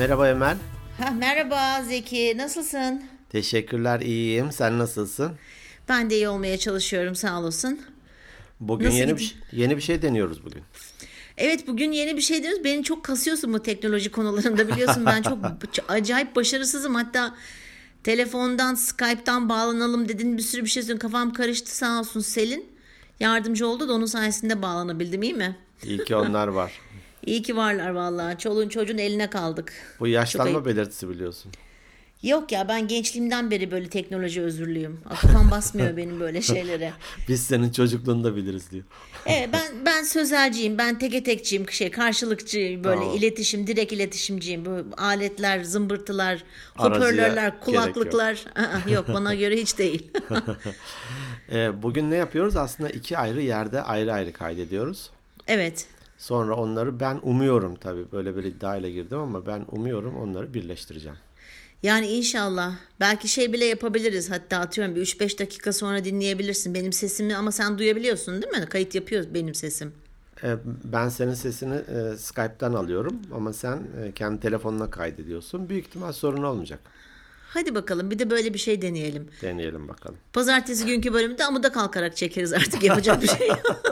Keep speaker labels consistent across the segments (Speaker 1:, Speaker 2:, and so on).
Speaker 1: Merhaba Emel.
Speaker 2: Merhaba Zeki, nasılsın?
Speaker 1: Teşekkürler, iyiyim. Sen nasılsın?
Speaker 2: Ben de iyi olmaya çalışıyorum, sağ olasın.
Speaker 1: Bugün
Speaker 2: Nasıl
Speaker 1: yeni
Speaker 2: gidiyor?
Speaker 1: bir şey deniyoruz bugün.
Speaker 2: Evet, bugün yeni bir şey diyoruz. Beni çok kasıyorsun bu teknoloji konularında, biliyorsun ben çok acayip başarısızım. Hatta telefondan, Skype'tan bağlanalım dedin, bir sürü bir şey söyledin. Kafam karıştı, sağ olsun Selin. Yardımcı oldu da onun sayesinde bağlanabildim, iyi mi?
Speaker 1: İyi ki onlar var.
Speaker 2: İyi ki varlar vallahi. Çoluğun çocuğun eline kaldık.
Speaker 1: Bu
Speaker 2: Çok
Speaker 1: yaşlanma
Speaker 2: ayıp.
Speaker 1: belirtisi biliyorsun.
Speaker 2: Yok ya, ben gençliğimden beri böyle teknoloji özürlüyüm. Kafam basmıyor benim böyle şeylere.
Speaker 1: Biz senin çocukluğunu da biliriz diyor.
Speaker 2: Ben sözelciyim, ben teke tekçiyim, karşılıkçı, böyle
Speaker 1: Tamam.
Speaker 2: iletişim, direkt iletişimciyim. Bu aletler, zımbırtılar,
Speaker 1: Aracıya
Speaker 2: hoparlörler,
Speaker 1: gerek yok.
Speaker 2: kulaklıklar, yok, bana göre hiç değil.
Speaker 1: Bugün ne yapıyoruz? Aslında iki ayrı yerde ayrı ayrı kaydediyoruz.
Speaker 2: Evet.
Speaker 1: Sonra onları ben umuyorum tabii. Böyle bir iddiayla girdim ama ben umuyorum onları birleştireceğim.
Speaker 2: Yani inşallah belki şey bile yapabiliriz, hatta atıyorum bir 3-5 dakika sonra dinleyebilirsin benim sesimi, ama sen duyabiliyorsun değil mi? Kayıt yapıyoruz benim sesim.
Speaker 1: Ben senin sesini Skype'tan alıyorum ama sen kendi telefonuna kaydediyorsun. Büyük ihtimal sorun olmayacak.
Speaker 2: Hadi bakalım, bir de böyle bir şey deneyelim.
Speaker 1: Deneyelim bakalım.
Speaker 2: Pazartesi günkü bölümde amuda kalkarak çekeriz, artık yapacak bir şey yok.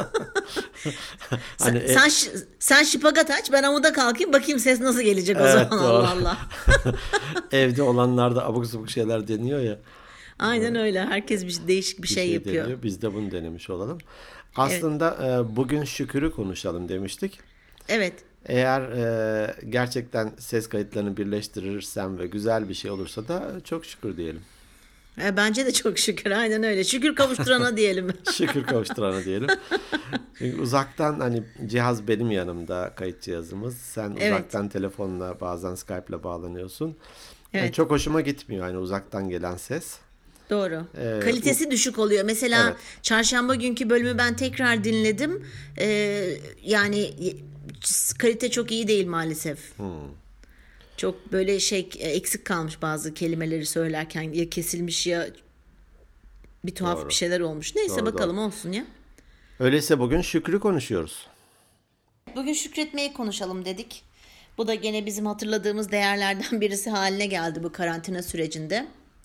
Speaker 2: Sen,
Speaker 1: Hani
Speaker 2: sen, sen şipagat aç, ben amuda kalkayım, bakayım ses nasıl gelecek o
Speaker 1: evet,
Speaker 2: zaman.
Speaker 1: doğru.
Speaker 2: Allah Allah.
Speaker 1: Evde olanlar da abuk sabuk şeyler deniyor ya.
Speaker 2: Aynen öyle. Herkes değişik bir
Speaker 1: Bir
Speaker 2: şey
Speaker 1: şey
Speaker 2: yapıyor.
Speaker 1: deniyor. Biz de bunu denemiş olalım.
Speaker 2: Evet.
Speaker 1: Aslında bugün şükürü konuşalım demiştik.
Speaker 2: Evet.
Speaker 1: Eğer gerçekten ses kayıtlarını birleştirirsem ve güzel bir şey olursa da çok şükür diyelim.
Speaker 2: Bence de çok şükür. Aynen öyle. Şükür kavuşturana diyelim.
Speaker 1: Şükür kavuşturana diyelim. Çünkü uzaktan hani cihaz benim yanımda, kayıt cihazımız. Sen
Speaker 2: Evet.
Speaker 1: uzaktan telefonla bazen Skype'la bağlanıyorsun. Yani
Speaker 2: Evet.
Speaker 1: çok hoşuma gitmiyor hani uzaktan gelen ses.
Speaker 2: Doğru.
Speaker 1: E, u-
Speaker 2: Kalitesi düşük oluyor. Mesela
Speaker 1: evet.
Speaker 2: çarşamba günkü bölümü ben tekrar dinledim. Yani kalite çok iyi değil maalesef. Çok böyle eksik kalmış, bazı kelimeleri söylerken ya kesilmiş ya bir tuhaf
Speaker 1: Doğru.
Speaker 2: bir şeyler olmuş. Neyse,
Speaker 1: Doğru doğru.
Speaker 2: bakalım, olsun ya.
Speaker 1: Öyleyse bugün şükrü konuşuyoruz.
Speaker 2: Bugün şükretmeyi konuşalım dedik. Bu da gene bizim hatırladığımız değerlerden birisi haline geldi bu karantina sürecinde.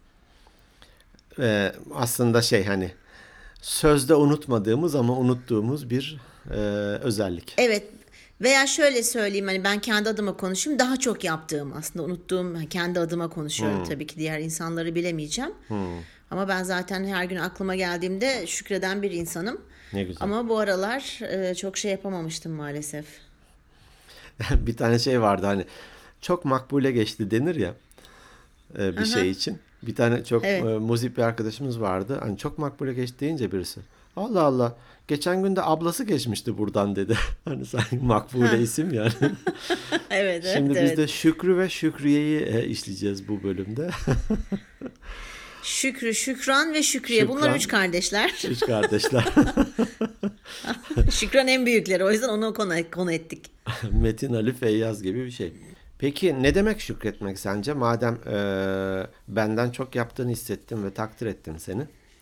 Speaker 1: Aslında şey hani sözde unutmadığımız ama unuttuğumuz bir özellik.
Speaker 2: Evet, veya şöyle söyleyeyim, hani ben kendi adıma konuşayım, daha çok yaptığım, aslında unuttuğum, kendi adıma konuşuyorum tabii ki, diğer insanları bilemeyeceğim. Ama ben zaten her gün aklıma geldiğimde şükreden bir insanım.
Speaker 1: Ne güzel.
Speaker 2: Ama bu aralar çok şey yapamamıştım maalesef.
Speaker 1: Bir tane şey vardı hani çok makbule geçti denir ya bir
Speaker 2: Aha,
Speaker 1: şey için. Bir tane çok
Speaker 2: evet.
Speaker 1: muzip bir arkadaşımız vardı. Hani çok makbule geçti deyince birisi. Allah Allah. Geçen gün de ablası geçmişti buradan dedi. Hani sanki makbule
Speaker 2: Ha.
Speaker 1: isim yani.
Speaker 2: Evet, evet,
Speaker 1: Şimdi biz
Speaker 2: evet.
Speaker 1: de Şükrü ve Şükriye'yi işleyeceğiz bu bölümde.
Speaker 2: Şükrü, Şükran ve Şükriye. Bunlar üç
Speaker 1: Şükran,
Speaker 2: kardeşler.
Speaker 1: üç kardeşler.
Speaker 2: Şükran en büyükleri. O yüzden onu konu ettik.
Speaker 1: Metin Ali Feyyaz gibi bir şey. Peki ne demek şükretmek sence? Madem benden çok yaptığını hissettim ve takdir ettim seni.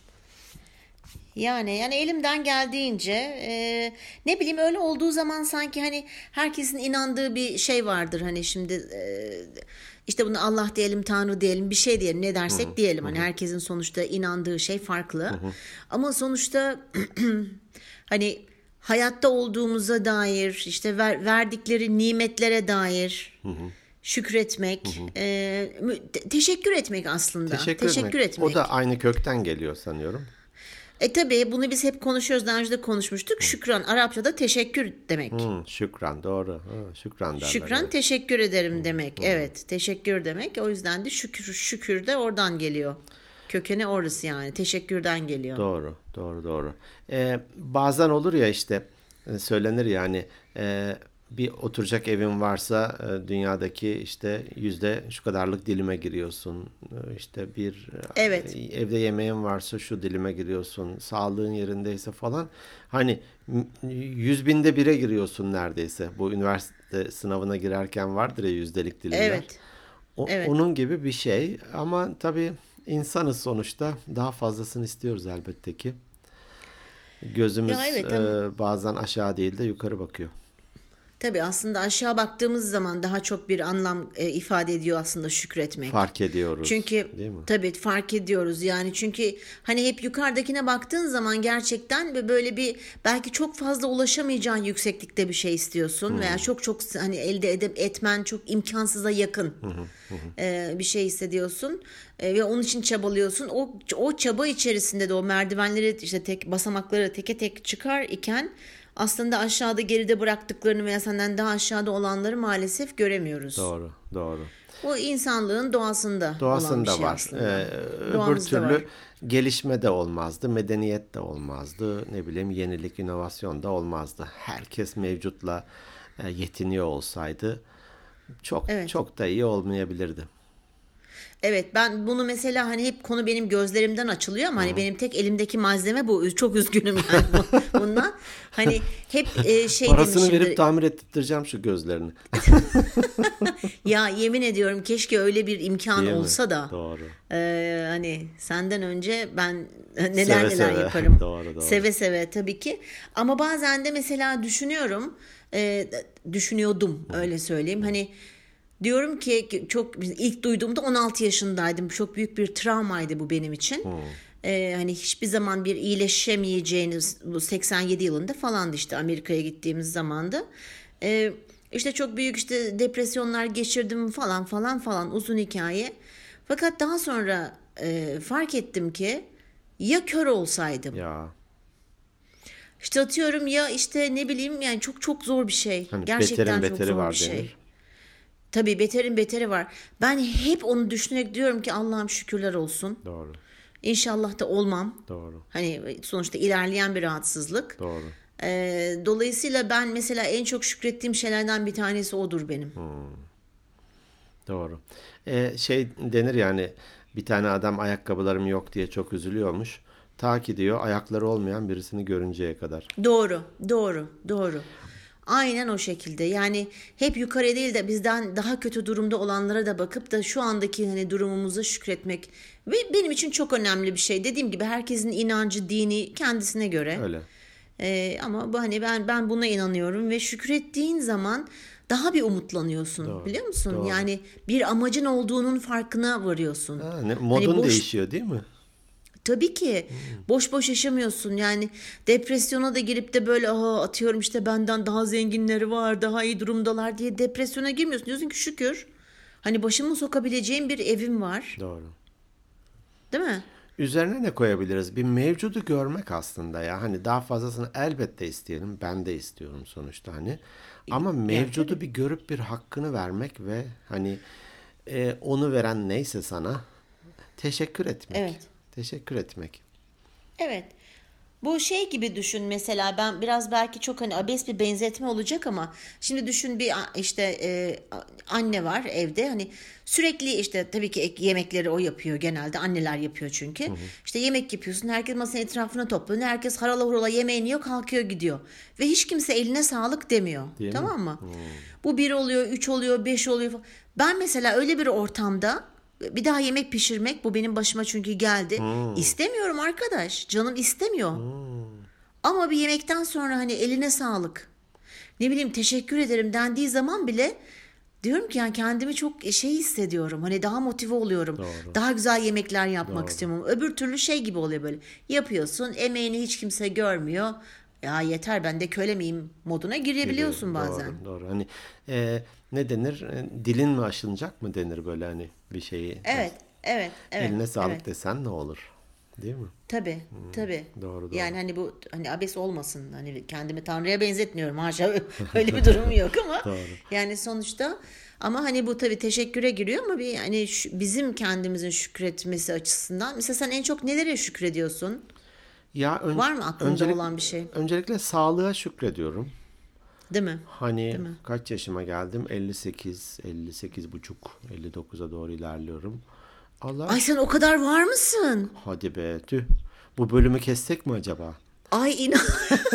Speaker 2: Yani elimden geldiğince ne bileyim, öyle olduğu zaman sanki hani herkesin inandığı bir şey vardır. Hani şimdi işte bunu Allah diyelim, Tanrı diyelim, bir şey diyelim, ne dersek diyelim. Hani herkesin sonuçta inandığı şey farklı. Ama sonuçta hani hayatta olduğumuza dair, işte verdikleri nimetlere dair şükretmek, teşekkür etmek aslında.
Speaker 1: Teşekkür etmek.
Speaker 2: Teşekkür
Speaker 1: O da
Speaker 2: etmek.
Speaker 1: aynı kökten geliyor sanıyorum.
Speaker 2: Tabii bunu biz hep konuşuyoruz. Daha önce de konuşmuştuk. Şükran Arapçada teşekkür demek.
Speaker 1: Şükran doğru. Şükran derler.
Speaker 2: Şükran,
Speaker 1: Evet.
Speaker 2: teşekkür ederim demek. Evet, teşekkür demek. O yüzden de şükür de oradan geliyor. Kökeni orası yani. Teşekkürden geliyor.
Speaker 1: Doğru, doğru, doğru. Bazen olur ya işte söylenir yani bir oturacak evin varsa dünyadaki işte yüzde şu kadarlık dilime giriyorsun. İşte bir
Speaker 2: Evet.
Speaker 1: evde yemeğin varsa şu dilime giriyorsun. Sağlığın yerindeyse falan. Hani 100 binde 1'e giriyorsun neredeyse. Bu üniversite sınavına girerken vardır ya yüzdelik dilimler.
Speaker 2: Evet. Evet.
Speaker 1: Onun gibi bir şey ama tabii insanız sonuçta daha fazlasını istiyoruz elbette ki.
Speaker 2: Ya
Speaker 1: Gözümüz
Speaker 2: evet, ama
Speaker 1: bazen aşağı değil de yukarı bakıyor.
Speaker 2: Tabii aslında aşağı baktığımız zaman daha çok bir anlam ifade ediyor aslında şükretmek.
Speaker 1: Fark ediyoruz.
Speaker 2: Çünkü
Speaker 1: Değil mi?
Speaker 2: tabii fark ediyoruz yani, çünkü hani hep yukarıdakine baktığın zaman gerçekten ve böyle bir belki çok fazla ulaşamayacağın yükseklikte bir şey istiyorsun veya çok çok hani elde etmen çok imkansıza yakın bir şey hissediyorsun ve onun için çabalıyorsun. O çaba içerisinde de o merdivenleri işte basamakları teke tek çıkar iken aslında aşağıda geride bıraktıklarını veya senden daha aşağıda olanları maalesef göremiyoruz.
Speaker 1: Doğru, doğru.
Speaker 2: Bu insanlığın doğasında olan bir
Speaker 1: Doğasında
Speaker 2: şey
Speaker 1: var.
Speaker 2: aslında.
Speaker 1: Öbür
Speaker 2: Doğamızda
Speaker 1: türlü
Speaker 2: var.
Speaker 1: gelişme de olmazdı, medeniyet de olmazdı, ne bileyim yenilik, inovasyon da olmazdı. Herkes mevcutla yetiniyor olsaydı çok
Speaker 2: Evet.
Speaker 1: çok da iyi olmayabilirdi.
Speaker 2: Evet, ben bunu mesela hani hep konu benim gözlerimden açılıyor ama hani benim tek elimdeki malzeme bu. Çok üzgünüm yani bundan. Hani hep şey
Speaker 1: Parasını
Speaker 2: demişimdir.
Speaker 1: verip tamir ettireceğim şu gözlerini.
Speaker 2: Ya yemin ediyorum keşke öyle bir imkan
Speaker 1: Değil mi?
Speaker 2: olsa da.
Speaker 1: Doğru.
Speaker 2: Hani senden önce ben neler
Speaker 1: Seve
Speaker 2: neler
Speaker 1: seve.
Speaker 2: yaparım.
Speaker 1: Doğru, doğru.
Speaker 2: Seve seve tabii ki. Ama bazen de mesela düşünüyordum öyle söyleyeyim. Hani diyorum ki çok ilk duyduğumda 16 yaşındaydım. Çok büyük bir travmaydı bu benim için. Hani hiçbir zaman bir iyileşemeyeceğiniz, bu 87 yılında falandı işte Amerika'ya gittiğimiz zamandı. İşte çok büyük işte depresyonlar geçirdim falan falan falan, uzun hikaye. Fakat daha sonra fark ettim ki ya kör olsaydım.
Speaker 1: Ya
Speaker 2: İşte atıyorum ya işte ne bileyim yani çok çok zor bir şey.
Speaker 1: hani
Speaker 2: Gerçekten
Speaker 1: beterin
Speaker 2: çok
Speaker 1: beteri
Speaker 2: zor
Speaker 1: var
Speaker 2: bir şey.
Speaker 1: denir.
Speaker 2: Tabii beterin beteri var. Ben hep onu düşünerek diyorum ki Allah'ım şükürler olsun.
Speaker 1: Doğru.
Speaker 2: İnşallah da olmam.
Speaker 1: Doğru.
Speaker 2: Hani sonuçta ilerleyen bir rahatsızlık.
Speaker 1: Doğru.
Speaker 2: Dolayısıyla ben mesela en çok şükrettiğim şeylerden bir tanesi odur benim.
Speaker 1: Doğru. Şey denir yani, bir tane adam ayakkabılarım yok diye çok üzülüyormuş. Ta ki diyor ayakları olmayan birisini görünceye kadar.
Speaker 2: Doğru, doğru, doğru. Aynen o şekilde. Yani hep yukarı değil de bizden daha kötü durumda olanlara da bakıp da şu andaki hani durumumuza şükretmek ve benim için çok önemli bir şey. Dediğim gibi herkesin inancı, dini kendisine göre.
Speaker 1: Öyle.
Speaker 2: Ama bu hani ben buna inanıyorum ve şükrettiğin zaman daha bir umutlanıyorsun,
Speaker 1: Doğru,
Speaker 2: biliyor musun?
Speaker 1: doğru.
Speaker 2: Yani bir amacın olduğunun farkına varıyorsun.
Speaker 1: Ha,
Speaker 2: Hani
Speaker 1: modun değişiyor değil mi?
Speaker 2: tabii ki boş boş yaşamıyorsun. Yani depresyona da girip de böyle atıyorum işte benden daha zenginleri var, daha iyi durumdalar diye depresyona girmiyorsun. Diyorsun ki şükür hani başımı sokabileceğim bir evim var,
Speaker 1: Doğru.
Speaker 2: değil mi?
Speaker 1: Üzerine ne koyabiliriz? Bir mevcudu görmek aslında ya. Hani daha fazlasını elbette isteyelim. Ben de istiyorum sonuçta hani. Ama mevcudu bir görüp bir hakkını vermek ve hani onu veren neyse sana teşekkür etmek.
Speaker 2: Evet.
Speaker 1: Teşekkür etmek.
Speaker 2: Evet. Bu şey gibi düşün mesela, ben biraz belki çok hani abes bir benzetme olacak ama şimdi düşün bir işte anne var evde, hani sürekli işte tabii ki yemekleri o yapıyor, genelde anneler yapıyor çünkü. İşte yemek yapıyorsun, herkes masanın etrafına toplanıyor, herkes harala hurala yemeğini yiyor, kalkıyor gidiyor ve hiç kimse eline sağlık demiyor,
Speaker 1: Değil mi?
Speaker 2: tamam mı? Bu bir oluyor, üç oluyor, beş oluyor falan. Ben mesela öyle bir ortamda bir daha yemek pişirmek, bu benim başıma çünkü geldi. İstemiyorum arkadaş. Canım istemiyor. Ama bir yemekten sonra hani eline sağlık, ne bileyim teşekkür ederim dendiği zaman bile diyorum ki yani kendimi çok şey hissediyorum. Hani daha motive oluyorum.
Speaker 1: Doğru.
Speaker 2: Daha güzel yemekler yapmak
Speaker 1: Doğru.
Speaker 2: istiyorum. Öbür türlü şey gibi oluyor böyle. Yapıyorsun, emeğini hiç kimse görmüyor. Ya yeter, ben de köle miyim moduna girebiliyorsun bazen.
Speaker 1: Doğru, doğru. Hani ne denir? Dilin mi aşınacak mı denir böyle hani bir şeyi.
Speaker 2: Evet, evet, evet.
Speaker 1: Eline sağlık
Speaker 2: evet.
Speaker 1: desen ne olur? Değil mi?
Speaker 2: Tabii, tabii.
Speaker 1: Doğru, doğru.
Speaker 2: Yani hani bu hani abes olmasın. Hani kendimi Tanrı'ya benzetmiyorum. Haşa öyle bir durum yok ama
Speaker 1: Doğru.
Speaker 2: yani sonuçta, ama hani bu tabii teşekküre giriyor ama bir hani bizim kendimizin şükretmesi açısından mesela sen en çok nelere şükrediyorsun?
Speaker 1: Ya
Speaker 2: Var mı aklında olan bir şey?
Speaker 1: Öncelikle sağlığa şükrediyorum.
Speaker 2: Değil mi?
Speaker 1: Hani
Speaker 2: Değil mi?
Speaker 1: kaç yaşıma geldim? 58, 58 buçuk, 59'a doğru ilerliyorum. Allah,
Speaker 2: Ay sen o kadar var mısın?
Speaker 1: hadi be tüh. Bu bölümü kessek mi acaba?
Speaker 2: Ay inan.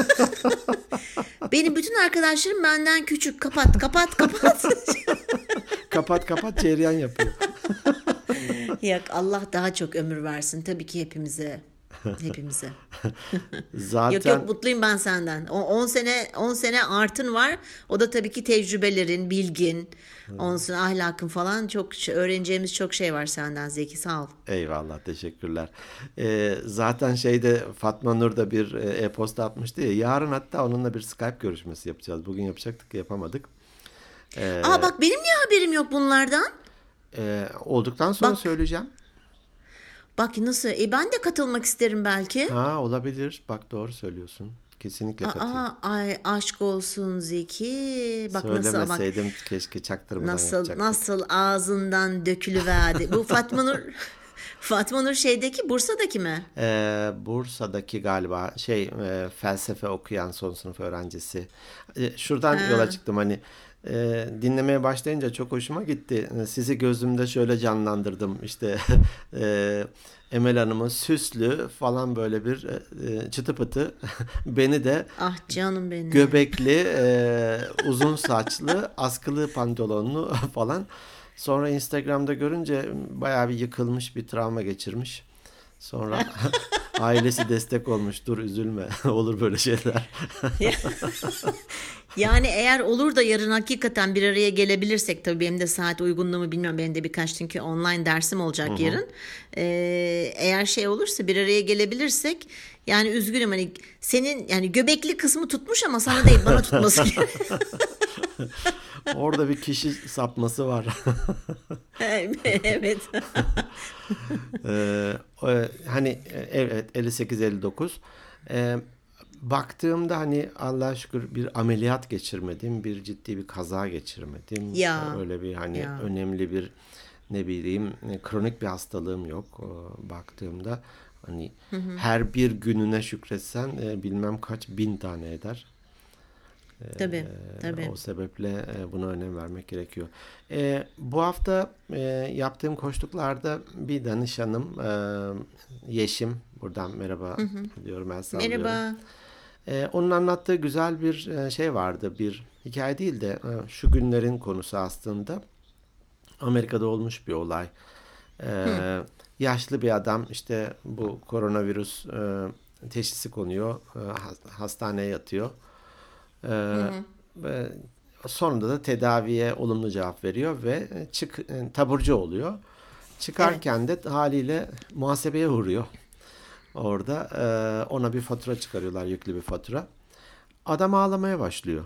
Speaker 2: Benim bütün arkadaşlarım benden küçük. Kapat, kapat, kapat.
Speaker 1: Kapat kapat, cereyan yapıyor.
Speaker 2: Yok, Allah daha çok ömür versin tabii ki hepimize. hepimize. Yok
Speaker 1: Zaten
Speaker 2: yok, mutluyum ben senden. 10 sene artın var. O da tabii ki tecrübelerin, bilgin, ondan sonra ahlakın falan, çok öğreneceğimiz çok şey var senden Zeki, sağ ol.
Speaker 1: eyvallah, teşekkürler. Zaten şeyde Fatma Nur da bir e-posta atmıştı ya. Yarın hatta onunla bir Skype görüşmesi yapacağız. Bugün yapacaktık, yapamadık.
Speaker 2: Aa
Speaker 1: Ee,
Speaker 2: bak, benim niye haberim yok bunlardan?
Speaker 1: Olduktan sonra
Speaker 2: Bak
Speaker 1: söyleyeceğim.
Speaker 2: bak nasıl? Ben de katılmak isterim belki.
Speaker 1: Ha, olabilir. Bak, doğru söylüyorsun. Kesinlikle katıl.
Speaker 2: Ay aşk olsun Zeki. Bak nasıl, bak
Speaker 1: Söylemeseydim keşke, çaktırmadan
Speaker 2: nasıl
Speaker 1: yapacaktık.
Speaker 2: nasıl ağzından dökülüverdi. Bu Fatma Nur Fatma Nur şeydeki, Bursa'daki mi?
Speaker 1: Bursa'daki galiba felsefe okuyan son sınıf öğrencisi. Şuradan yola
Speaker 2: Ha.
Speaker 1: çıktım, hani dinlemeye başlayınca çok hoşuma gitti. Sizi gözümde şöyle canlandırdım. İşte Emel Hanım'ın süslü falan, böyle bir çıtı pıtı. Beni de
Speaker 2: Ah canım benim.
Speaker 1: göbekli, uzun saçlı, askılı pantolonlu falan. Sonra Instagram'da görünce bayağı bir yıkılmış, bir travma geçirmiş. Sonra ailesi destek olmuş. Dur, üzülme. Olur böyle şeyler.
Speaker 2: Yani eğer olur da yarın hakikaten bir araya gelebilirsek, tabii benim de saat uygunluğumu bilmiyorum. Benim de birkaç, çünkü online dersim
Speaker 1: Hı
Speaker 2: olacak
Speaker 1: hı.
Speaker 2: yarın. Eğer şey olursa, bir araya gelebilirsek, yani üzgünüm hani, senin yani göbekli kısmı tutmuş ama sana değil, bana tutması gerekiyor.
Speaker 1: Orada bir kişi sapması var.
Speaker 2: Evet.
Speaker 1: Hani evet, 58-59. Ee, Baktığımda hani Allah'a şükür bir ameliyat geçirmedim, bir ciddi bir kaza geçirmedim.
Speaker 2: Ya
Speaker 1: Öyle bir hani
Speaker 2: ya.
Speaker 1: önemli bir, ne bileyim, kronik bir hastalığım yok. Baktığımda hani her bir gününe şükretsen bilmem kaç bin tane eder.
Speaker 2: Tabii tabii.
Speaker 1: O sebeple buna önem vermek gerekiyor. Bu hafta yaptığım koştuklarda bir danışanım, Yeşim, buradan merhaba diyorum, el sallıyorum.
Speaker 2: Merhaba.
Speaker 1: Onun anlattığı güzel bir şey vardı. Bir hikaye değil de şu günlerin konusu aslında. Amerika'da olmuş bir olay. Yaşlı bir adam, işte bu koronavirüs teşhisi konuyor. Hastaneye yatıyor. Ee, ve sonunda da tedaviye olumlu cevap veriyor ve taburcu oluyor.
Speaker 2: Evet.
Speaker 1: Çıkarken de haliyle muhasebeye uğruyor. Orada ona bir fatura çıkarıyorlar, yüklü bir fatura. Adam ağlamaya başlıyor.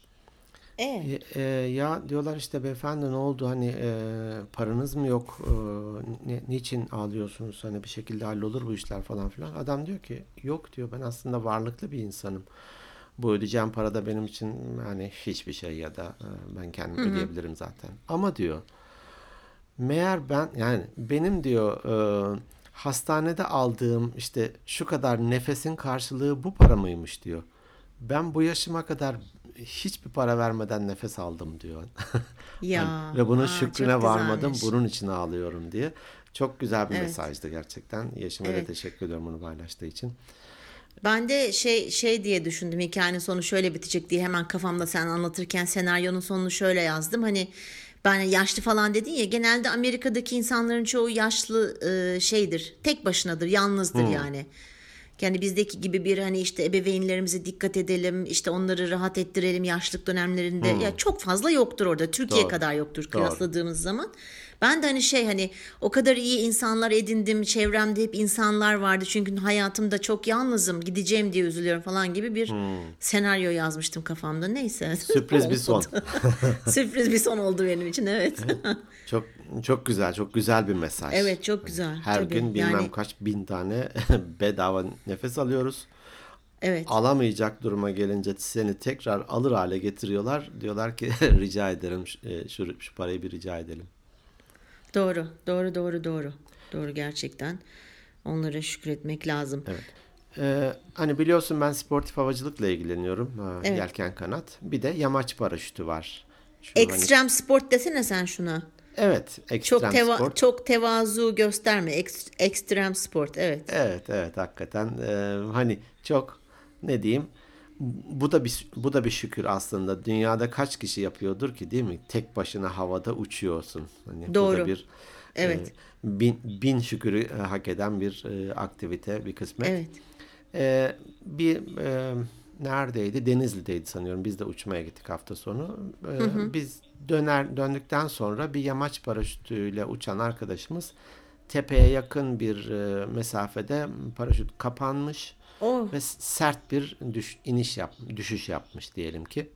Speaker 2: E,
Speaker 1: Ya diyorlar, işte beyefendi ne oldu, hani paranız mı yok? Niçin ağlıyorsunuz, hani bir şekilde hallolur bu işler falan filan. Adam diyor ki, yok diyor, ben aslında varlıklı bir insanım. Bu ödeyeceğim para da benim için yani hiçbir şey, ya da ben kendim ödeyebilirim zaten. Ama diyor, meğer ben, yani benim diyor hastanede aldığım işte şu kadar nefesin karşılığı bu para mıymış diyor. Ben bu yaşıma kadar hiçbir para vermeden nefes aldım diyor. Hani,
Speaker 2: ya
Speaker 1: ve bunun şükrüne
Speaker 2: çok
Speaker 1: varmadım,
Speaker 2: güzelmiş.
Speaker 1: bunun için ağlıyorum diye. Çok güzel bir
Speaker 2: Evet.
Speaker 1: mesajdı gerçekten. Yeşim'e de
Speaker 2: Evet.
Speaker 1: teşekkür ediyorum bunu paylaştığı için.
Speaker 2: Ben de şey diye düşündüm, hikayenin sonu şöyle bitecek diye, hemen kafamda sen anlatırken senaryonun sonunu şöyle yazdım. Hani ben yaşlı falan dedin ya, genelde Amerika'daki insanların çoğu yaşlı, şeydir, tek başınadır, yalnızdır
Speaker 1: Hmm,
Speaker 2: yani. Yani bizdeki gibi bir hani işte ebeveynlerimize dikkat edelim, işte onları rahat ettirelim yaşlılık dönemlerinde, ya çok fazla yoktur orada. Türkiye
Speaker 1: doğru.
Speaker 2: kadar yoktur
Speaker 1: Doğru.
Speaker 2: kıyasladığımız zaman. Ben de hani şey, hani o kadar iyi insanlar edindim, çevremde hep insanlar vardı, çünkü hayatımda çok yalnızım, gideceğim diye üzülüyorum falan gibi bir senaryo yazmıştım kafamda. Neyse,
Speaker 1: Sürpriz bir son.
Speaker 2: olmadı. Sürpriz bir son oldu benim için, evet.
Speaker 1: Çok çok güzel, çok güzel bir mesaj.
Speaker 2: Evet, çok
Speaker 1: Hani
Speaker 2: güzel
Speaker 1: her
Speaker 2: tabii
Speaker 1: gün bilmem
Speaker 2: yani,
Speaker 1: kaç bin tane bedava nefes alıyoruz.
Speaker 2: evet.
Speaker 1: Alamayacak duruma gelince seni tekrar alır hale getiriyorlar. Diyorlar ki rica ederim, şu parayı bir rica edelim.
Speaker 2: Doğru, doğru, doğru, doğru. Doğru gerçekten. Onlara şükretmek lazım.
Speaker 1: Evet. Hani biliyorsun, ben sportif havacılıkla ilgileniyorum.
Speaker 2: Evet.
Speaker 1: Yelken kanat. Bir de yamaç paraşütü var. Şu hani,
Speaker 2: Ekstrem sport desene sen şuna.
Speaker 1: evet, ekstrem spor.
Speaker 2: Çok tevazu gösterme. Ekstrem sport. Evet.
Speaker 1: Evet, evet, hakikaten hani çok, ne diyeyim, bu da bir şükür aslında. Dünyada kaç kişi yapıyordur ki, değil mi? Tek başına havada uçuyorsun. Hani bu da
Speaker 2: Doğru.
Speaker 1: bir
Speaker 2: Evet.
Speaker 1: Bin şükürü hak eden bir aktivite, bir kısmet.
Speaker 2: Evet.
Speaker 1: Neredeydi? Denizli'deydi sanıyorum. Biz de uçmaya gittik hafta sonu. Biz döndükten sonra bir yamaç paraşütüyle uçan arkadaşımız tepeye yakın bir mesafede paraşüt kapanmış
Speaker 2: Oh.
Speaker 1: ve sert bir düşüş yapmış diyelim ki.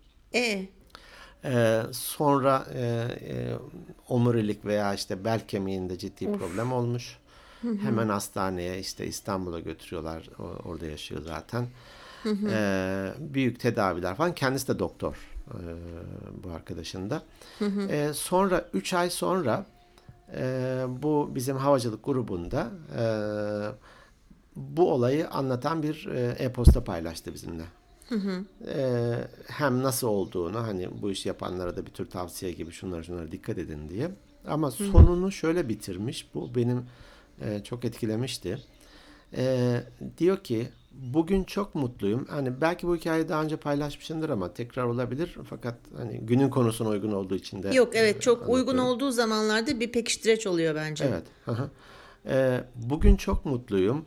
Speaker 1: Sonra omurilik veya işte bel kemiğinde ciddi problem olmuş. Hemen hastaneye, işte İstanbul'a götürüyorlar. Orada yaşıyor zaten. Büyük tedaviler falan. Kendisi de doktor, bu arkadaşın da. Sonra 3 ay sonra bu bizim havacılık grubunda bu olayı anlatan bir e-posta paylaştı bizimle. Hem nasıl olduğunu, hani bu işi yapanlara da bir tür tavsiye gibi, şunlara dikkat edin diye. Ama sonunu şöyle bitirmiş. Bu benim çok etkilemişti. Diyor ki, bugün çok mutluyum. Hani belki bu hikayeyi daha önce paylaşmışımdır ama tekrar olabilir. Fakat hani günün konusuna uygun olduğu için de
Speaker 2: Yok, evet, çok uygun
Speaker 1: anlatıyorum.
Speaker 2: olduğu zamanlarda bir pekiştireç oluyor bence.
Speaker 1: Evet. Bugün çok mutluyum.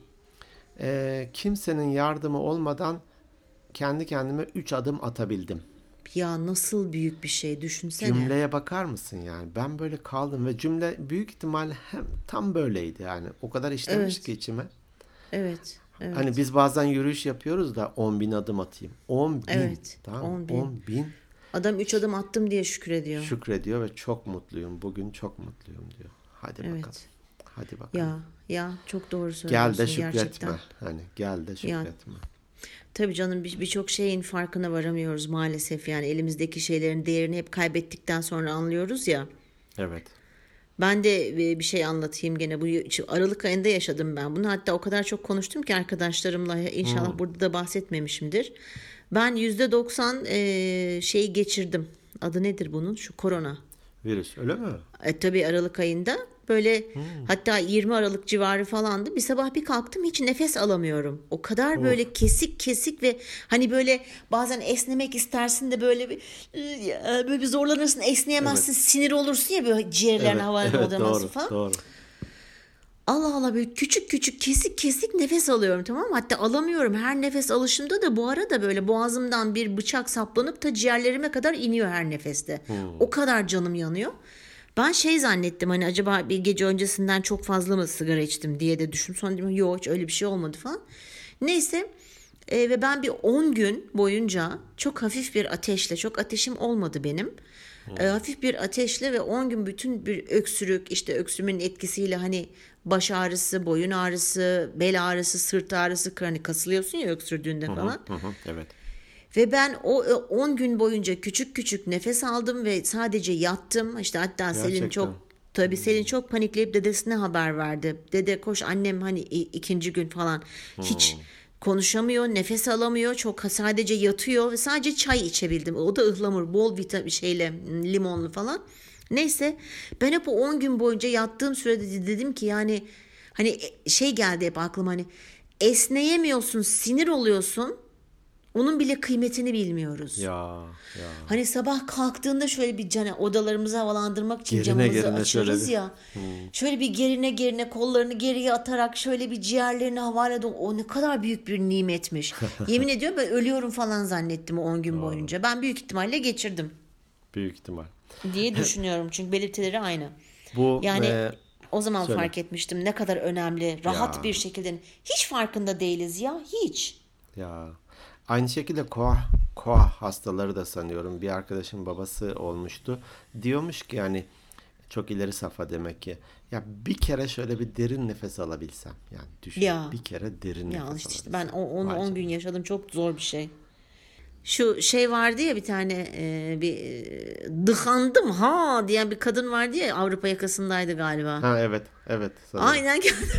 Speaker 1: Kimsenin yardımı olmadan kendi kendime 3 adım atabildim.
Speaker 2: Ya nasıl büyük bir şey, düşünsene.
Speaker 1: Cümleye bakar mısın yani? Ben böyle kaldım ve cümle büyük ihtimal hem tam böyleydi yani. O kadar işlemiş
Speaker 2: Evet.
Speaker 1: ki içime.
Speaker 2: Evet. Evet.
Speaker 1: Hani biz bazen yürüyüş yapıyoruz da 10.000 adım atayım. 10.000.
Speaker 2: Evet.
Speaker 1: Tamam.
Speaker 2: 10.000.
Speaker 1: 10.000
Speaker 2: Adam 3 adım attım diye şükrediyor.
Speaker 1: şükrediyor ve çok mutluyum. Bugün çok mutluyum diyor. Hadi bakalım.
Speaker 2: Evet.
Speaker 1: Hadi bakalım.
Speaker 2: Ya çok doğru
Speaker 1: Gel
Speaker 2: söylüyorsun
Speaker 1: de şükretme.
Speaker 2: gerçekten.
Speaker 1: Hani gel de şükretme.
Speaker 2: Tabii canım, birçok şeyin farkına varamıyoruz maalesef. Yani elimizdeki şeylerin değerini hep kaybettikten sonra anlıyoruz ya.
Speaker 1: Evet.
Speaker 2: Ben de bir şey anlatayım gene. Bu Aralık ayında yaşadım ben bunu. Hatta o kadar çok konuştum ki arkadaşlarımla, inşallah burada da bahsetmemişimdir. Ben %90 şeyi geçirdim. Adı nedir bunun? Şu korona.
Speaker 1: Virüs öyle mi?
Speaker 2: Tabii Aralık ayında böyle, hatta 20 Aralık civarı falandı. Bir sabah bir kalktım, hiç nefes alamıyorum. O kadar böyle kesik ve hani böyle bazen esnemek istersin de böyle bir zorlanırsın, esneyemezsin, sinir olursun ya, böyle ciğerlerin havaya doldurması falan.
Speaker 1: Doğru.
Speaker 2: Allah Allah, böyle küçük kesik nefes alıyorum, tamam mı? Hatta alamıyorum. Her nefes alışımda da bu arada böyle boğazımdan bir bıçak saplanıp da ciğerlerime kadar iniyor her nefeste. O kadar canım yanıyor. Ben şey zannettim, hani acaba bir gece öncesinden çok fazla mı sigara içtim diye de düşündüm. Sonra dedim yok, hiç öyle bir şey olmadı falan. Neyse, ve ben bir 10 gün boyunca çok hafif bir ateşle, çok ateşim olmadı benim. Hafif bir ateşle ve 10 gün bütün bir öksürük, işte öksürmenin etkisiyle hani baş ağrısı, boyun ağrısı, bel ağrısı, sırt ağrısı, hani kasılıyorsun ya öksürdüğünde falan.
Speaker 1: Evet.
Speaker 2: Ve ben o 10 gün boyunca küçük nefes aldım ve sadece yattım. İşte hatta Selin çok panikleyip dedesine haber verdi. Dede koş, annem hani ikinci gün falan hiç konuşamıyor, nefes alamıyor, çok sadece yatıyor ve sadece çay içebildim. O da ıhlamur, bol vitamin şeyle, limonlu falan. Neyse, ben hep o 10 gün boyunca yattığım sürede dedim ki yani hani şey geldi hep aklıma, hani esneyemiyorsun, sinir oluyorsun. Onun bile kıymetini bilmiyoruz.
Speaker 1: Ya.
Speaker 2: Hani sabah kalktığında şöyle bir odalarımızı havalandırmak için
Speaker 1: Gerine
Speaker 2: camımızı açarız
Speaker 1: şöyle
Speaker 2: ya. Şöyle bir gerine kollarını geriye atarak şöyle bir ciğerlerini havale o ne kadar büyük bir nimetmiş. Yemin ediyorum, ben ölüyorum falan zannettim o 10 gün boyunca. Ben büyük ihtimalle geçirdim
Speaker 1: Büyük ihtimal.
Speaker 2: diye düşünüyorum. Çünkü belirtileri aynı.
Speaker 1: Bu
Speaker 2: Yani o zaman
Speaker 1: söyle.
Speaker 2: fark etmiştim ne kadar önemli. Rahat
Speaker 1: Ya.
Speaker 2: bir şekilde. Hiç farkında değiliz ya. Hiç.
Speaker 1: Ya. Aynı şekilde koah hastaları da sanıyorum. Bir arkadaşım babası olmuştu. Diyormuş ki yani çok ileri safha demek ki. Ya bir kere şöyle bir derin nefes alabilsem. Yani düşün.
Speaker 2: Ya.
Speaker 1: Bir kere derin
Speaker 2: Ya
Speaker 1: nefes
Speaker 2: işte ben
Speaker 1: alabilsem.
Speaker 2: onu
Speaker 1: Vay
Speaker 2: 10 gün
Speaker 1: canına.
Speaker 2: yaşadım, çok zor bir şey. Şu şey vardı ya, bir tane dıkandım ha diyen bir kadın vardı ya, Avrupa yakasındaydı galiba.
Speaker 1: Ha evet sanırım.
Speaker 2: Aynen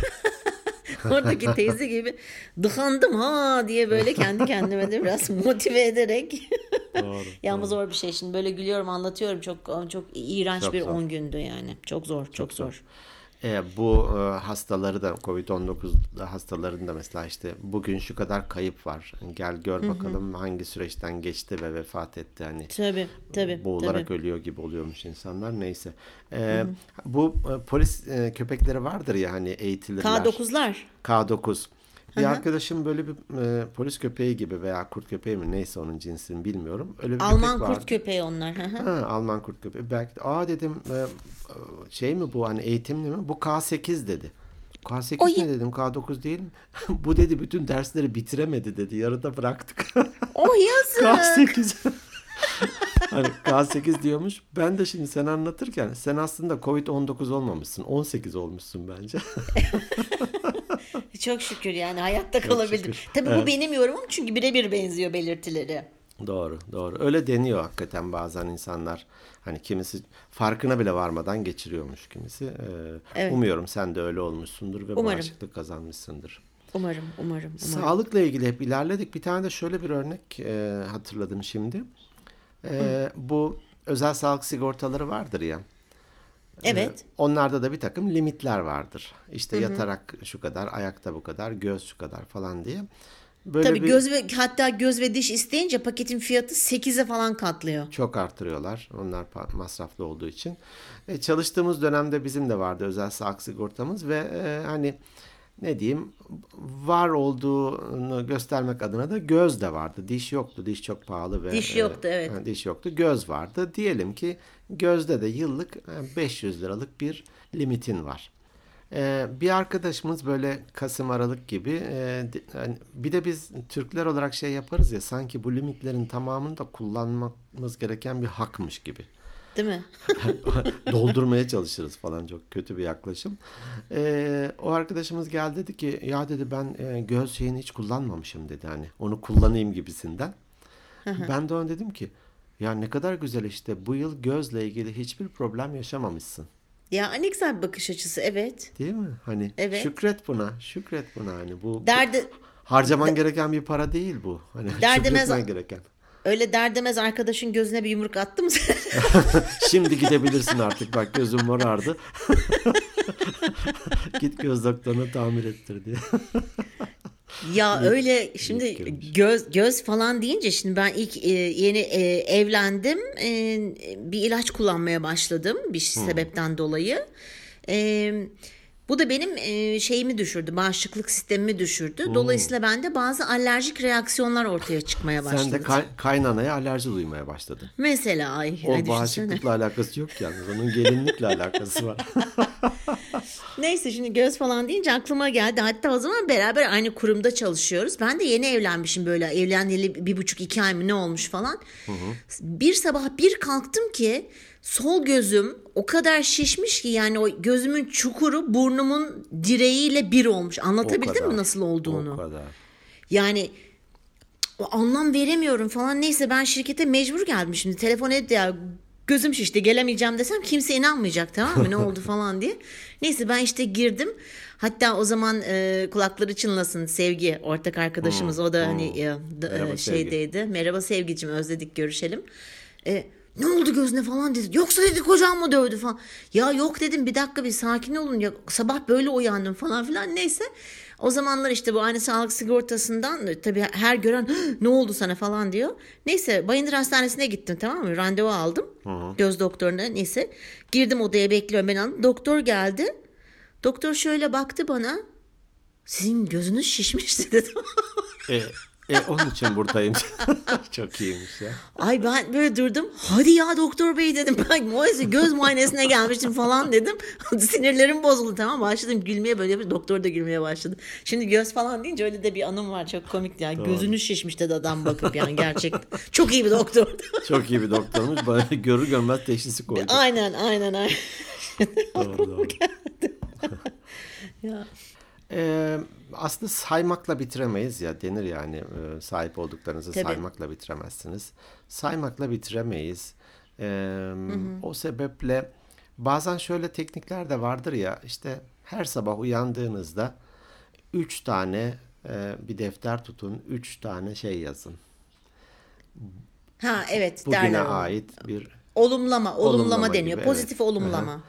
Speaker 2: oradaki teyze gibi dıkandım ha diye böyle kendi kendime de biraz motive ederek.
Speaker 1: Doğru.
Speaker 2: Ya ama zor bir şey, şimdi böyle gülüyorum, anlatıyorum, çok iğrenç
Speaker 1: Çok
Speaker 2: bir
Speaker 1: zor.
Speaker 2: 10 gündü yani. Çok zor.
Speaker 1: Bu hastaları da COVID-19 hastalarında mesela işte bugün şu kadar kayıp var. Gel gör bakalım hangi süreçten geçti ve vefat etti. Hani
Speaker 2: Tabii,
Speaker 1: boğularak
Speaker 2: tabii.
Speaker 1: ölüyor gibi oluyormuş insanlar. Neyse. Bu polis köpekleri vardır ya hani eğitilirler.
Speaker 2: K9'lar.
Speaker 1: K9.
Speaker 2: Hı
Speaker 1: Bir
Speaker 2: hı.
Speaker 1: arkadaşım böyle bir polis köpeği gibi veya kurt köpeği mi neyse onun cinsini bilmiyorum. Öyle bir köpek
Speaker 2: Alman kurt
Speaker 1: vardı.
Speaker 2: köpeği onlar. Hı hı.
Speaker 1: Ha, Alman kurt köpeği. Belki de, dedim şey mi bu hani eğitimli mi? Bu K8 dedi.
Speaker 2: O
Speaker 1: K8 ne dedim? K9 değil mi? Bu dedi bütün dersleri bitiremedi dedi. Yarıda bıraktık.
Speaker 2: Oh yazık.
Speaker 1: K8. Hani K8 diyormuş. Ben de şimdi sen anlatırken sen aslında Covid-19 olmamışsın. 18 olmuşsun bence.
Speaker 2: Çok şükür yani hayatta
Speaker 1: Çok
Speaker 2: kalabildim.
Speaker 1: şükür.
Speaker 2: Tabii bu
Speaker 1: Evet.
Speaker 2: benim yorumum çünkü birebir benziyor belirtileri.
Speaker 1: Doğru, doğru. Öyle deniyor hakikaten bazen insanlar. Hani kimisi farkına bile varmadan geçiriyormuş kimisi.
Speaker 2: Evet.
Speaker 1: Umuyorum sen de öyle olmuşsundur ve
Speaker 2: Umarım.
Speaker 1: bağışıklık kazanmışsındır.
Speaker 2: Umarım.
Speaker 1: Sağlıkla ilgili hep ilerledik. Bir tane de şöyle bir örnek hatırladım şimdi. Bu özel sağlık sigortaları vardır ya.
Speaker 2: Evet.
Speaker 1: Onlarda da bir takım limitler vardır. İşte yatarak şu kadar, ayakta bu kadar, göz şu kadar falan diye. Böyle
Speaker 2: Tabii
Speaker 1: bir
Speaker 2: hatta göz ve diş isteyince paketin fiyatı 8'e falan katlıyor.
Speaker 1: çok arttırıyorlar. Onlar masraflı olduğu için. Çalıştığımız dönemde bizim de vardı özel sağlık sigortamız ve hani ne diyeyim var olduğunu göstermek adına da göz de vardı. Diş yoktu. Diş çok pahalı ve
Speaker 2: Diş yoktu, evet.
Speaker 1: diş yoktu. Göz vardı. Diyelim ki gözde de yıllık 500 liralık bir limitin var. Bir arkadaşımız böyle Kasım Aralık gibi hani bir de biz Türkler olarak şey yaparız ya sanki bu limitlerin tamamını da kullanmamız gereken bir hakmış gibi.
Speaker 2: Değil mi?
Speaker 1: Doldurmaya çalışırız falan çok kötü bir yaklaşım. O arkadaşımız geldi dedi ki ya dedi ben göz şeyini hiç kullanmamışım dedi hani onu kullanayım gibisinden. Ben de ona dedim ki ya ne kadar güzel işte bu yıl gözle ilgili hiçbir problem yaşamamışsın.
Speaker 2: Ya ne güzel bir bakış açısı, evet.
Speaker 1: Değil mi? Hani
Speaker 2: Evet.
Speaker 1: şükret buna hani bu
Speaker 2: Derdi
Speaker 1: harcaman gereken bir para değil bu. Hani
Speaker 2: derdemez
Speaker 1: şükretmen gereken.
Speaker 2: öyle derdemez arkadaşın gözüne bir yumruk attı mı?
Speaker 1: Şimdi gidebilirsin artık bak gözüm morardı. Git göz doktoruna tamir ettir diye.
Speaker 2: Ya öyle şimdi
Speaker 1: İlk gelmiş.
Speaker 2: göz falan deyince şimdi ben ilk yeni evlendim. Bir ilaç kullanmaya başladım bir sebepten dolayı. E, Bu da benim şeyimi düşürdü, bağışıklık sistemimi düşürdü. Dolayısıyla bende bazı alerjik reaksiyonlar ortaya çıkmaya
Speaker 1: Sen de
Speaker 2: başladı.
Speaker 1: kaynanaya alerji duymaya başladın.
Speaker 2: Mesela ay
Speaker 1: O
Speaker 2: düşünsene.
Speaker 1: bağışıklıkla alakası yok yalnız. Onun gelinlikle alakası var.
Speaker 2: Neyse şimdi göz falan deyince aklıma geldi. Hatta o zaman beraber aynı kurumda çalışıyoruz. Ben de yeni evlenmişim böyle. Evlendiğim 1,5-2 ay mı ne olmuş falan. Bir sabah bir kalktım ki sol gözüm o kadar şişmiş ki yani o gözümün çukuru burnumun direğiyle bir olmuş.
Speaker 1: O
Speaker 2: Anlatabildim mi
Speaker 1: kadar.
Speaker 2: nasıl olduğunu?
Speaker 1: O kadar.
Speaker 2: Yani anlam veremiyorum falan. Neyse ben şirkete mecbur geldim şimdi. Telefon etti ya gözüm şişti gelemeyeceğim desem kimse inanmayacak, tamam mı, ne oldu falan diye. Neyse ben işte girdim. Hatta o zaman kulakları çınlasın Sevgi ortak arkadaşımız, o da hani
Speaker 1: Merhaba
Speaker 2: şeydeydi. Merhaba Sevgicim, özledik, görüşelim. Ne oldu gözüne falan dedi. Yoksa dedi kocam mı dövdü falan. Ya yok dedim, bir dakika bir sakin olun ya, sabah böyle uyandım falan filan, neyse. O zamanlar işte bu aynı sağlık sigortasından tabii her gören ne oldu sana falan diyor. Neyse Bayındır Hastanesi'ne gittim, tamam mı? Randevu aldım. Göz doktoruna, neyse. Girdim odaya, bekliyorum ben anladım. Doktor geldi. Doktor şöyle baktı bana. Sizin gözünüz şişmiş dedi.
Speaker 1: Onun için buradayım. Çok iyiymiş ya.
Speaker 2: Ay ben böyle durdum. Hadi ya doktor bey dedim. Ben göz muayenesine gelmiştim falan dedim. Sinirlerim bozuldu, tamam, başladım gülmeye, böyle doktor da gülmeye başladı. Şimdi göz falan deyince öyle de bir anım var, çok komik yani.
Speaker 1: Doğru.
Speaker 2: Gözünüz şişmiş dedi adam bakıp, yani gerçekten. Çok iyi bir doktordu.
Speaker 1: Çok iyi bir doktormuş. Bana görür görmez teşhisi koydu.
Speaker 2: Aynen.
Speaker 1: Doğru.
Speaker 2: Ya.
Speaker 1: Aslında saymakla bitiremeyiz ya denir yani sahip olduklarınızı
Speaker 2: Tabii.
Speaker 1: saymakla bitiremezsiniz. Saymakla bitiremeyiz. O sebeple bazen şöyle teknikler de vardır ya işte her sabah uyandığınızda 3 tane bir defter tutun, 3 tane şey yazın.
Speaker 2: Ha evet,
Speaker 1: Bugüne
Speaker 2: derler onu.
Speaker 1: ait bir
Speaker 2: Olumlama
Speaker 1: olumlama
Speaker 2: deniyor.
Speaker 1: gibi,
Speaker 2: Pozitif
Speaker 1: evet.
Speaker 2: olumlama.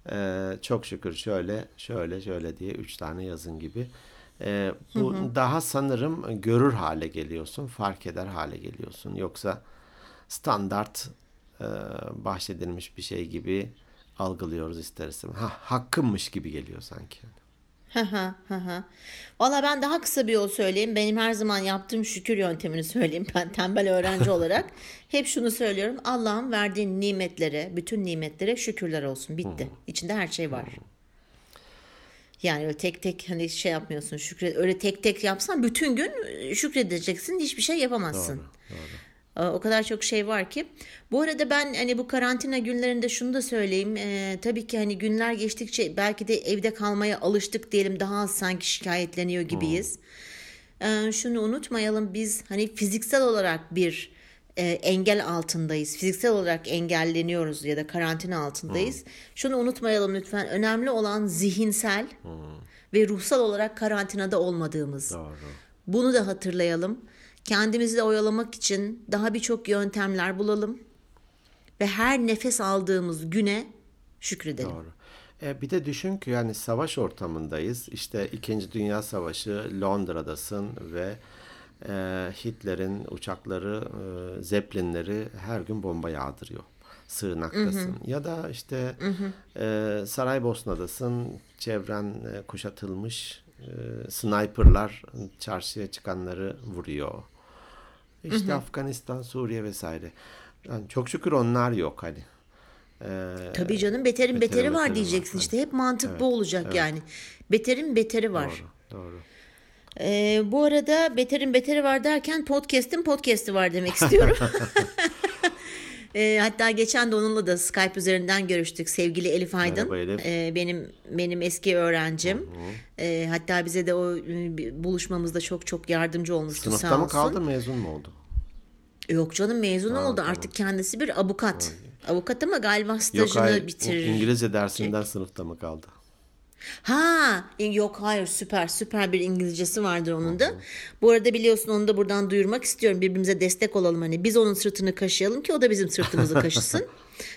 Speaker 1: Çok şükür şöyle şöyle şöyle diye 3 tane yazın gibi. Bu daha sanırım görür hale geliyorsun, fark eder hale geliyorsun. Yoksa standart e, bahşedilmiş bir şey gibi algılıyoruz ister istemez. Hakkımmış gibi geliyor sanki.
Speaker 2: Hı hı, hı hı. Valla ben daha kısa bir yol söyleyeyim. Benim her zaman yaptığım şükür yöntemini söyleyeyim. Ben tembel öğrenci olarak hep şunu söylüyorum. Allah'ın verdiği nimetlere, bütün nimetlere şükürler olsun. Bitti. İçinde her şey var. Yani öyle tek tek hani şey yapmıyorsun. Öyle tek tek yapsan bütün gün şükredeceksin. Hiçbir şey yapamazsın.
Speaker 1: Doğru.
Speaker 2: O kadar çok şey var ki. Bu arada ben hani bu karantina günlerinde şunu da söyleyeyim. Tabii ki hani günler geçtikçe belki de evde kalmaya alıştık diyelim. Daha az sanki şikayetleniyor gibiyiz. Şunu unutmayalım, biz hani fiziksel olarak bir engel altındayız. Fiziksel olarak engelleniyoruz ya da karantina altındayız. Şunu unutmayalım lütfen. Önemli olan zihinsel ve ruhsal olarak karantinada olmadığımız.
Speaker 1: Doğru.
Speaker 2: Bunu da hatırlayalım. Kendimizi de oyalamak için daha birçok yöntemler bulalım ve her nefes aldığımız güne şükredelim.
Speaker 1: Doğru. Bir de düşün ki yani savaş ortamındayız. İşte İkinci Dünya Savaşı, Londra'dasın ve Hitler'in uçakları, Zeppelinleri her gün bomba yağdırıyor. Sığınaktasın. Ya da işte Saraybosna'dasın, çevren kuşatılmış, sniperlar çarşıya çıkanları vuruyor. İşte Afganistan, Suriye vesaire. Yani çok şükür onlar yok hani.
Speaker 2: Tabii canım, beterin beteri var diyeceksin.
Speaker 1: Hani.
Speaker 2: İşte hep mantık bu olacak yani. Beterin beteri var.
Speaker 1: Doğru.
Speaker 2: Bu arada beterin beteri var derken podcast'in podcast'i var demek istiyorum. Hatta geçen de onunla da Skype üzerinden görüştük. Sevgili Elif Aydın.
Speaker 1: Merhaba Elif.
Speaker 2: Benim eski öğrencim. Hatta bize de o buluşmamızda çok çok yardımcı olmuştu,
Speaker 1: Sınıfta
Speaker 2: sağ
Speaker 1: mı
Speaker 2: olsun.
Speaker 1: kaldı, mezun mu oldu?
Speaker 2: Yok canım, mezun oldu.
Speaker 1: Tamam.
Speaker 2: Artık kendisi bir avukat. Avukat ama galiba
Speaker 1: Yok,
Speaker 2: stajını
Speaker 1: hayır.
Speaker 2: bitirir.
Speaker 1: İngilizce dersinden sınıfta mı kaldı?
Speaker 2: Yok hayır, süper bir İngilizcesi vardır onun da. Bu arada biliyorsun, onu da buradan duyurmak istiyorum. Birbirimize destek olalım, hani biz onun sırtını kaşıyalım ki o da bizim sırtımızı kaşısın.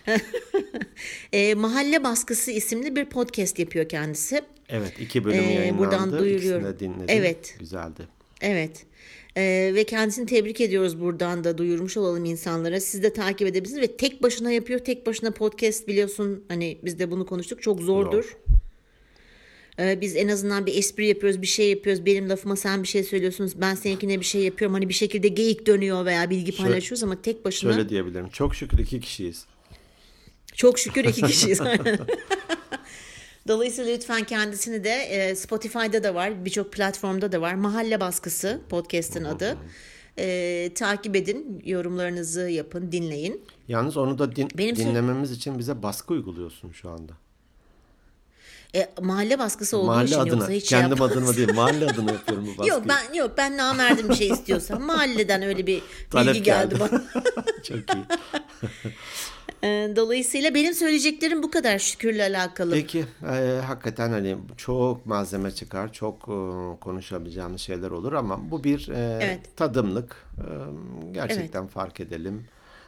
Speaker 2: Mahalle Baskısı isimli bir podcast yapıyor kendisi.
Speaker 1: Evet, 2 bölüm yayınlandı.
Speaker 2: Buradan duyuruyorum.
Speaker 1: İkisini de dinledim.
Speaker 2: Evet.
Speaker 1: Güzeldi.
Speaker 2: Evet. Ve kendisini tebrik ediyoruz, buradan da duyurmuş olalım insanlara. Siz de takip edebilirsiniz ve tek başına yapıyor. Tek başına podcast, biliyorsun hani biz de bunu konuştuk, çok zordur.
Speaker 1: Zor.
Speaker 2: Biz en azından bir espri yapıyoruz, bir şey yapıyoruz. Benim lafıma sen bir şey söylüyorsunuz, ben seninkine bir şey yapıyorum. Hani bir şekilde geyik dönüyor veya bilgi paylaşıyoruz ama tek başına.
Speaker 1: Şöyle diyebilirim. Çok şükür 2 kişiyiz.
Speaker 2: Çok şükür 2 kişiyiz. Dolayısıyla lütfen kendisini de Spotify'da da var, birçok platformda da var. Mahalle Baskısı podcast'in adı. Takip edin, yorumlarınızı yapın, dinleyin.
Speaker 1: Yalnız onu da dinlememiz için bize baskı uyguluyorsun şu anda.
Speaker 2: Mahalle baskısı olduğu
Speaker 1: Mahalle
Speaker 2: için,
Speaker 1: adına.
Speaker 2: yoksa hiç
Speaker 1: Kendim
Speaker 2: yapmaz.
Speaker 1: adına değil, mahalle adına yapıyorum bu baskıyı.
Speaker 2: Ben namerdim bir şey istiyorsam. Mahalleden öyle bir
Speaker 1: Talep
Speaker 2: bilgi geldi bana.
Speaker 1: Çok iyi.
Speaker 2: Dolayısıyla benim söyleyeceklerim bu kadar şükürle alakalı.
Speaker 1: Peki, hakikaten hani çok malzeme çıkar, çok konuşabileceğimiz şeyler olur ama bu bir
Speaker 2: Evet.
Speaker 1: tadımlık. Gerçekten fark edelim.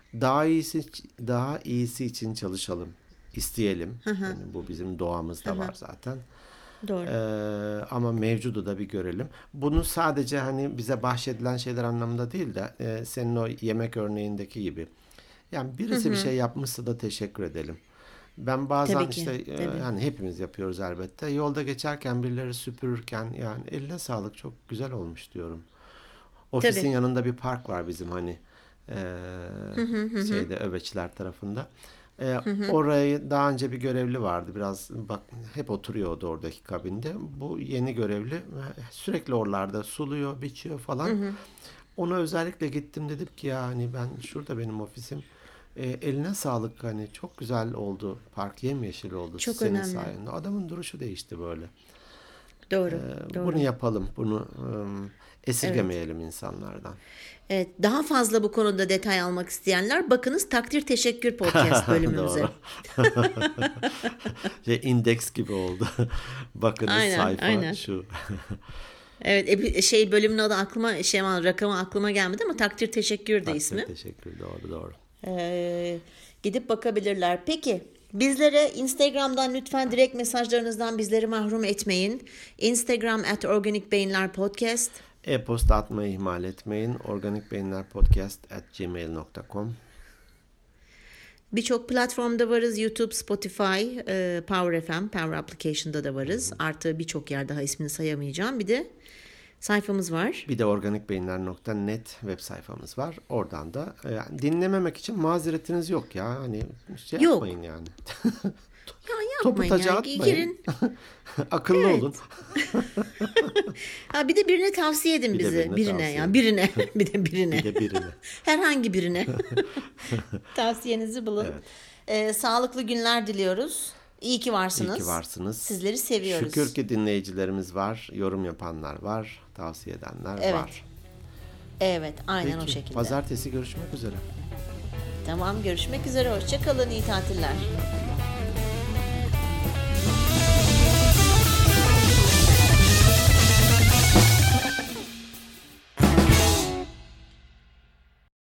Speaker 1: Daha iyisi için çalışalım, isteyelim. Yani bu bizim doğamızda var zaten.
Speaker 2: Doğru.
Speaker 1: Ama mevcudu da bir görelim. Bunu sadece hani bize bahşedilen şeyler anlamında değil de senin o yemek örneğindeki gibi. Yani birisi bir şey yapmışsa da teşekkür edelim. Ben bazen
Speaker 2: Tabii ki,
Speaker 1: işte
Speaker 2: tabii.
Speaker 1: yani hepimiz yapıyoruz elbette. Yolda geçerken birileri süpürürken yani eline sağlık, çok güzel olmuş diyorum. Ofisin
Speaker 2: Tabii.
Speaker 1: yanında bir park var bizim hani şeyde Öbeçiler tarafında. Orayı daha önce bir görevli vardı. Biraz bak hep oturuyordu oradaki kabinde. Bu yeni görevli sürekli oralarda suluyor, biçiyor falan. Ona özellikle gittim, dedim ki ya hani ben şurada benim ofisim. Eline sağlık, hani çok güzel oldu. Park yemyeşil oldu
Speaker 2: Çok
Speaker 1: senin
Speaker 2: önemli.
Speaker 1: sayende. Adamın duruşu değişti böyle.
Speaker 2: Doğru.
Speaker 1: Bunu yapalım. Bunu esirgemeyelim insanlardan.
Speaker 2: Evet, daha fazla bu konuda detay almak isteyenler bakınız Takdir Teşekkür podcast bölümümüze.
Speaker 1: Doğru. İndeks gibi oldu. Bakınız sayfa
Speaker 2: aynen.
Speaker 1: şu.
Speaker 2: Evet, bölümün adı rakamı aklıma gelmedi ama Takdir Teşekkür de ismi.
Speaker 1: Teşekkür, doğru.
Speaker 2: Gidip bakabilirler. Peki, Bizlere Instagram'dan lütfen direkt mesajlarınızdan bizleri mahrum etmeyin. Instagram @organikbeyinlerpodcast.
Speaker 1: E-posta atmayı ihmal etmeyin. organikbeyinlerpodcast@gmail.com.
Speaker 2: Birçok platformda varız. YouTube, Spotify, Power FM, Power Application'da da varız. Artı birçok yer, daha ismini sayamayacağım. Bir de sayfamız var.
Speaker 1: Bir de organikbeyinler.net web sayfamız var. Oradan da dinlememek için mazeretiniz yok ya. Hani şey
Speaker 2: Yok.
Speaker 1: yapmayın yani.
Speaker 2: Ya
Speaker 1: Topu
Speaker 2: yapmayın
Speaker 1: taca
Speaker 2: ya.
Speaker 1: atmayın.
Speaker 2: Girin.
Speaker 1: Akıllı
Speaker 2: Evet.
Speaker 1: olun.
Speaker 2: Ha, bir de birine tavsiye edin
Speaker 1: Bir de
Speaker 2: bizi.
Speaker 1: birine
Speaker 2: Birine
Speaker 1: tavsiye
Speaker 2: ya.
Speaker 1: edin.
Speaker 2: Birine. Bir de birine.
Speaker 1: Bir de birine.
Speaker 2: Herhangi birine. Tavsiyenizi bulun. Sağlıklı günler diliyoruz. İyi ki varsınız.
Speaker 1: İyi ki varsınız.
Speaker 2: Sizleri seviyoruz.
Speaker 1: Şükür ki dinleyicilerimiz var. Yorum yapanlar var. Tavsiye edenler
Speaker 2: Evet.
Speaker 1: var.
Speaker 2: Evet, aynen
Speaker 1: Peki,
Speaker 2: o şekilde.
Speaker 1: pazartesi görüşmek üzere.
Speaker 2: Tamam, görüşmek üzere. Hoşça kalın. İyi tatiller.